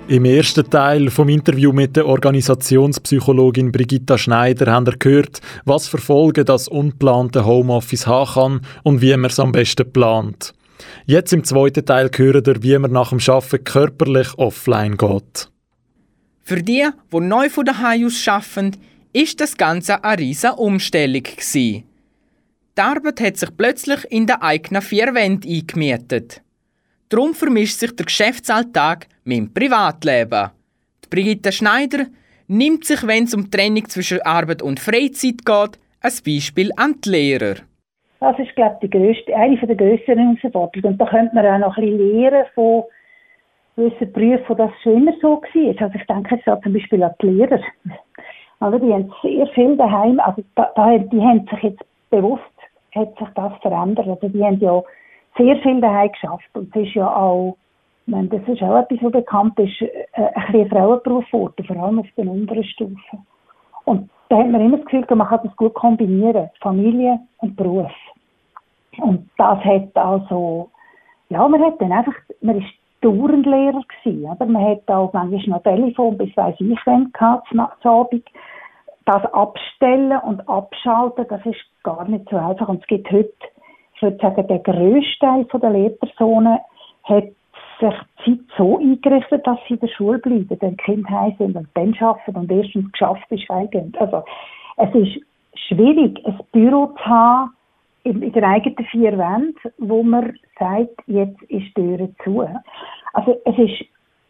B: Im ersten Teil vom Interview mit der Organisationspsychologin Brigitta Schneider haben wir gehört, was für Folgen das ungeplante Homeoffice haben kann und wie man es am besten plant. Jetzt im zweiten Teil hören wir, wie man nach dem Arbeiten körperlich offline geht.
D: Für die neu von daheim aus arbeiten, ist das Ganze eine riesige Umstellung gewesen. Die Arbeit hat sich plötzlich in den eigenen 4 Wänden eingemietet. Darum vermischt sich der Geschäftsalltag mit dem Privatleben. Die Brigitta Schneider nimmt sich, wenn es um die Trennung zwischen Arbeit und Freizeit geht, ein Beispiel an die Lehrer.
I: Das ist, glaube ich, eine der grösseren Herausforderungen. Und da könnte man auch noch ein bisschen lernen von gewissen Berufen, wo das schon immer so war. Also ich denke jetzt zum Beispiel an die Lehrer. Also die haben sehr viel daheim, also die haben sich jetzt bewusst, hat sich das verändert. Also die haben ja sehr viel daheim geschafft. Und das ist ja auch, ich meine, das ist auch etwas, was bekannt ist, ein bisschen Frauenberuf geworden, vor allem auf den unteren Stufen. Und da hat man immer das Gefühl, man kann das gut kombinieren, Familie und Beruf. Und das hat also, ja, man ist dauernd Lehrer gewesen, oder? Man hat auch manchmal noch Telefon bis weiss ich wann gehabt, zum Abend. Das abstellen und abschalten, das ist gar nicht so einfach. Und es gibt heute, ich würde sagen, der grösste Teil der Lehrpersonen hat sich die Zeit so eingerichtet, dass sie in der Schule bleiben, dann die Kinder heim sind und dann arbeiten und erstens geschafft ist heimgehen. Also, es ist schwierig, ein Büro zu haben in der eigenen 4 Wänden, wo man sagt, jetzt ist die Tür zu. Also, es ist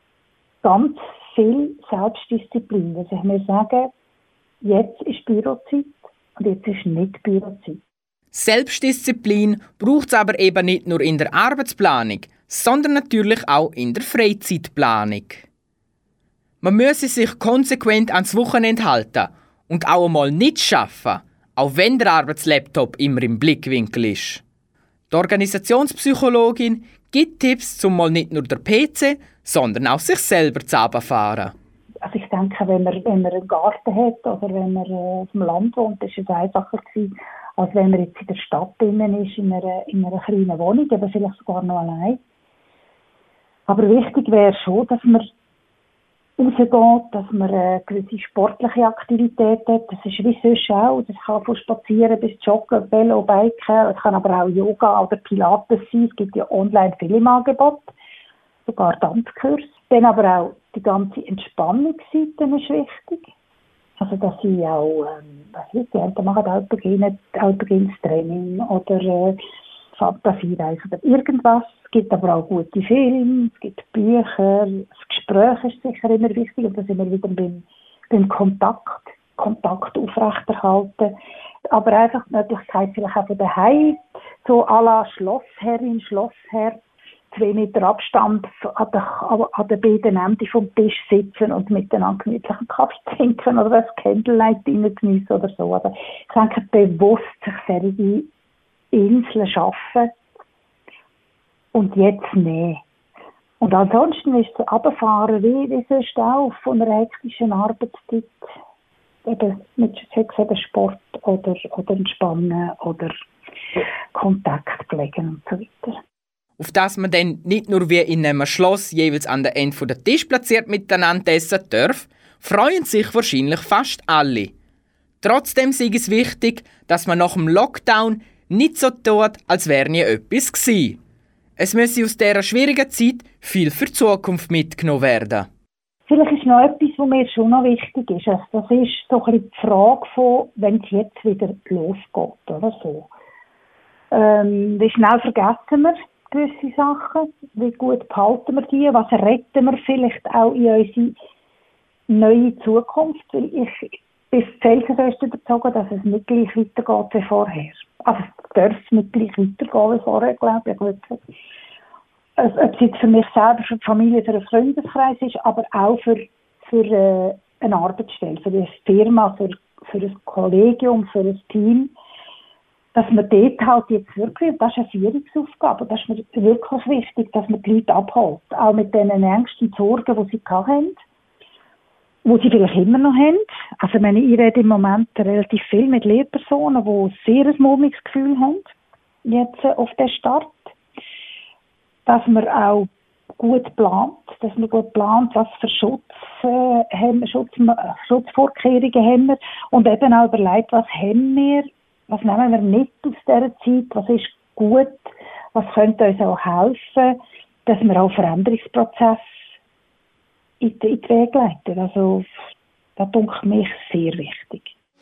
I: ganz viel Selbstdisziplin. Also, ich muss sagen, jetzt ist Bürozeit und jetzt ist nicht Bürozeit.
D: Selbstdisziplin braucht es aber eben nicht nur in der Arbeitsplanung, sondern natürlich auch in der Freizeitplanung. Man müsse sich konsequent ans Wochenende halten und auch einmal nicht arbeiten, auch wenn der Arbeitslaptop immer im Blickwinkel ist. Die Organisationspsychologin gibt Tipps, um mal nicht nur der PC, sondern auch sich selber zu runterfahren.
I: Also ich denke, wenn man einen Garten hat oder wenn man auf dem Land wohnt, ist es einfacher gewesen, als wenn man jetzt in der Stadt drinnen ist, in einer kleinen Wohnung, aber vielleicht sogar noch allein. Aber wichtig wäre schon, dass man rausgeht, dass man eine gewisse sportliche Aktivität hat. Das ist wie sonst auch. Das kann von Spazieren bis Joggen, Velo, Biken. Es kann aber auch Yoga oder Pilates sein. Es gibt ja online viele im Angebot. Sogar Tanzkurs. Dann aber auch die ganze Entspannungsseite ist wichtig. Also, dass sie auch, die machen autogenes Training oder Fantasiereisen oder irgendwas. Es gibt aber auch gute Filme, es gibt Bücher. Das Gespräch ist sicher immer wichtig und da sind wir wieder beim Kontakt aufrechterhalten. Aber einfach die Möglichkeit vielleicht auch von daheim, so à la Schlossherrin, Schlossherr, 2 Meter Abstand an der beiden Enden vom Tisch sitzen und miteinander gemütlichen Kaffee trinken oder das Candlelight geniessen oder so. Aber ich denke, bewusst sich solche Inseln schaffen und jetzt nehmen. Und ansonsten ist es runterfahren wie sonst auch von einer hektischen Arbeitszeit. Eben mit Sport oder Entspannen oder Kontakt pflegen und so weiter.
D: Auf das man dann nicht nur wie in einem Schloss jeweils an der Ende der Tisch platziert miteinander essen darf, freuen sich wahrscheinlich fast alle. Trotzdem ist es wichtig, dass man nach dem Lockdown nicht so tut, als wäre nie etwas gewesen. Es müsse aus dieser schwierigen Zeit viel für die Zukunft mitgenommen werden.
I: Vielleicht ist noch etwas, was mir schon noch wichtig ist. Also das ist so ein bisschen die Frage von, wenn es jetzt wieder losgeht oder so. Wie schnell vergessen wir gewisse Sachen? Wie gut behalten wir die? Was retten wir vielleicht auch in unsere neue Zukunft? Weil ich bin felsenfest überzeugt, dass es nicht gleich weitergeht wie vorher. Also es darf nicht gleich weitergehen wie vorher, glaube ich. Ob es jetzt für mich selber, für die Familie, für einen Freundeskreis ist, aber auch für eine Arbeitsstelle, für eine Firma, für ein Kollegium, für ein Team, dass man dort halt jetzt wirklich, das ist eine Führungsaufgabe, das ist mir wirklich wichtig, dass man die Leute abholt, auch mit den Ängsten und Sorgen, die sie hatten, die sie vielleicht immer noch haben. Also ich rede im Moment relativ viel mit Lehrpersonen, die sehr ein mulmiges Gefühl haben, jetzt auf den Start. Dass man auch gut plant, was für Schutzvorkehrungen haben wir und eben auch überlegt, was nehmen wir mit aus dieser Zeit, was ist gut, was könnte uns auch helfen, dass wir auch Veränderungsprozesse in die Wege leiten. Also, das denke mich sehr wichtig.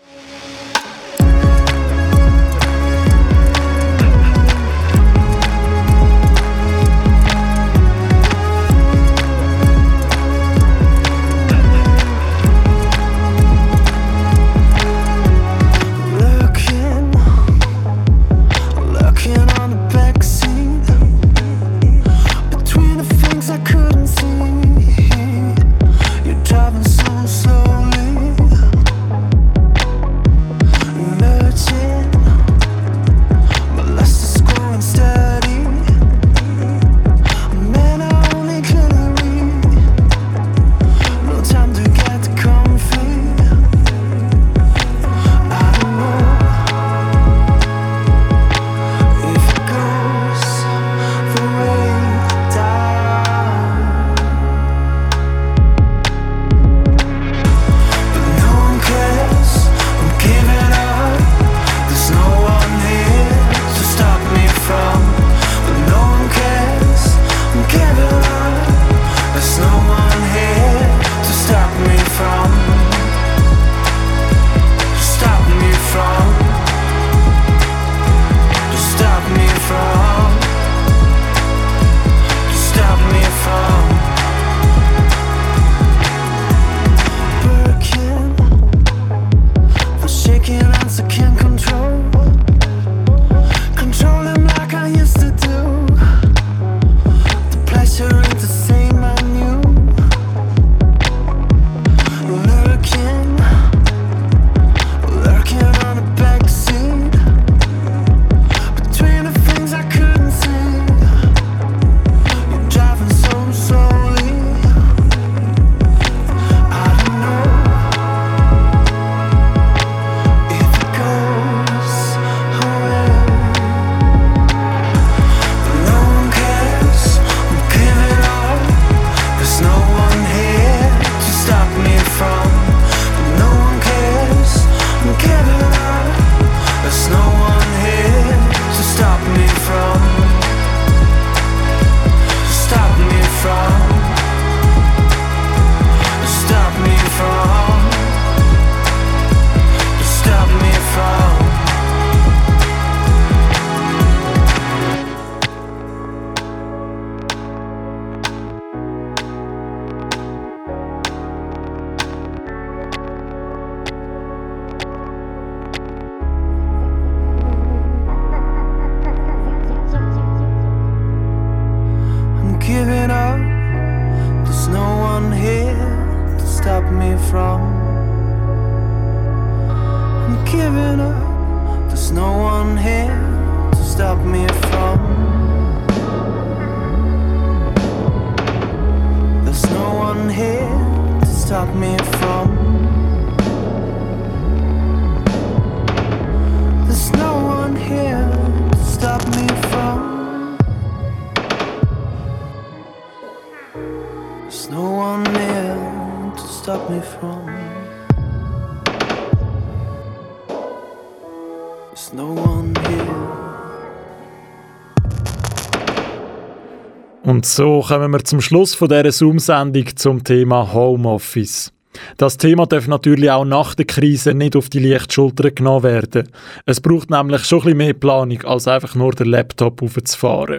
B: Und so kommen wir zum Schluss von dieser Zoom-Sendung zum Thema Homeoffice. Das Thema darf natürlich auch nach der Krise nicht auf die leichte Schulter genommen werden. Es braucht nämlich schon ein bisschen mehr Planung, als einfach nur den Laptop aufzufahren.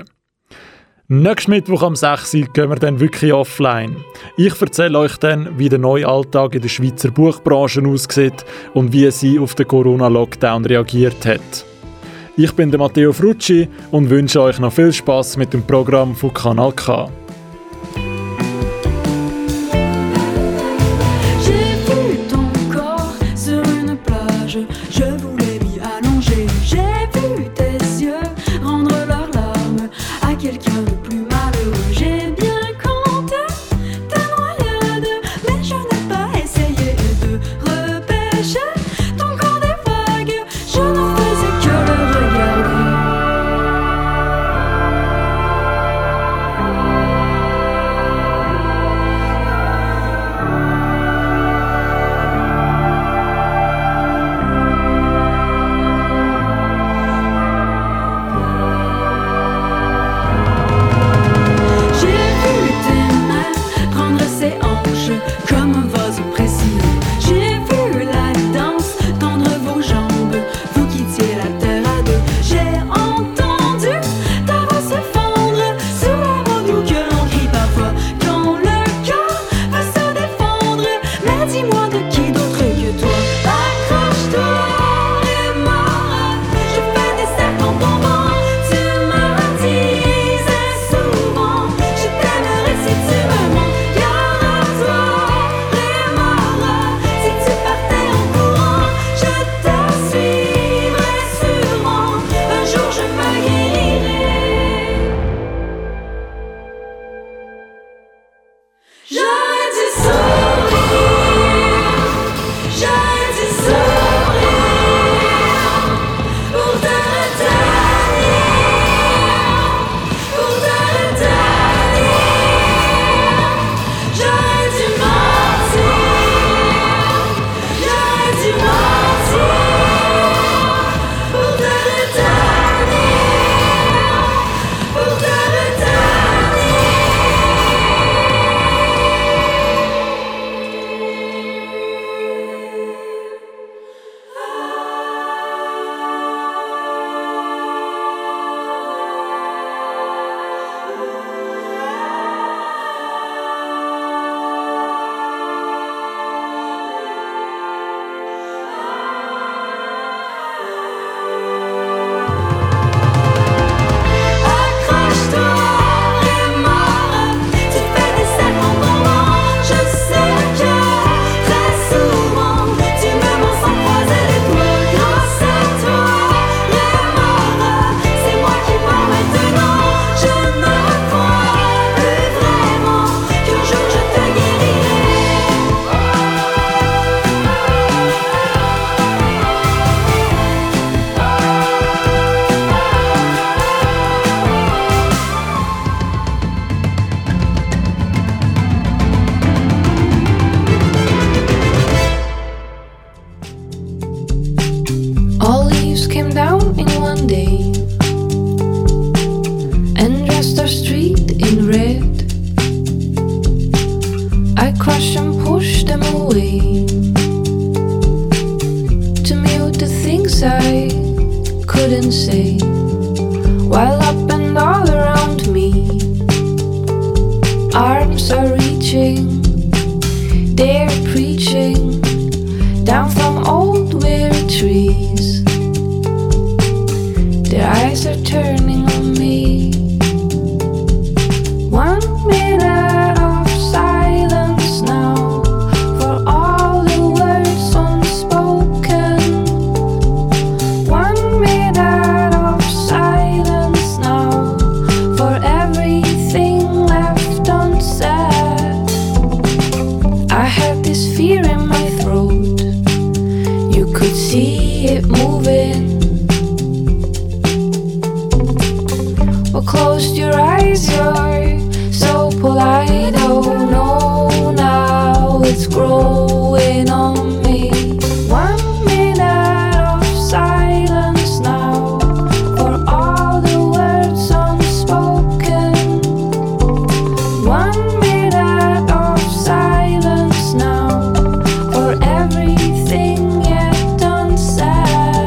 B: Nächsten Mittwoch am 6. Uhr gehen wir dann wirklich offline. Ich erzähle euch dann, wie der neue Alltag in der Schweizer Buchbranche aussieht und wie sie auf den Corona-Lockdown reagiert hat. Ich bin der Matteo Frucci und wünsche euch noch viel Spass mit dem Programm von Kanal K.
H: way to mute the things I couldn't say, while up and all around me arms are reaching, they're preaching down from old weary trees. Their eyes are turning on me. 1 minute of silence now for all the words unspoken. 1 minute of silence now for everything left unsaid. I had this fear in my throat, you could see it moving. Well, close your eyes, you're so polite. Oh no, now it's growing on me. 1 minute of silence now for all the words unspoken. 1 minute of silence now for everything yet unsaid.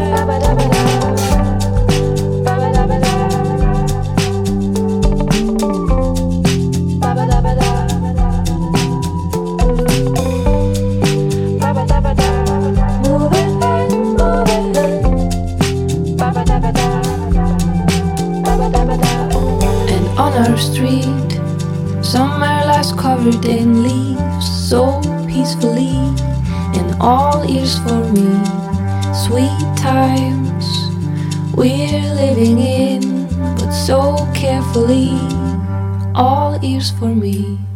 H: And on our street, summer lasts covered in leaves, so peacefully, and all ears for me. Sweet times we're living in, but so carefully, all ears for me.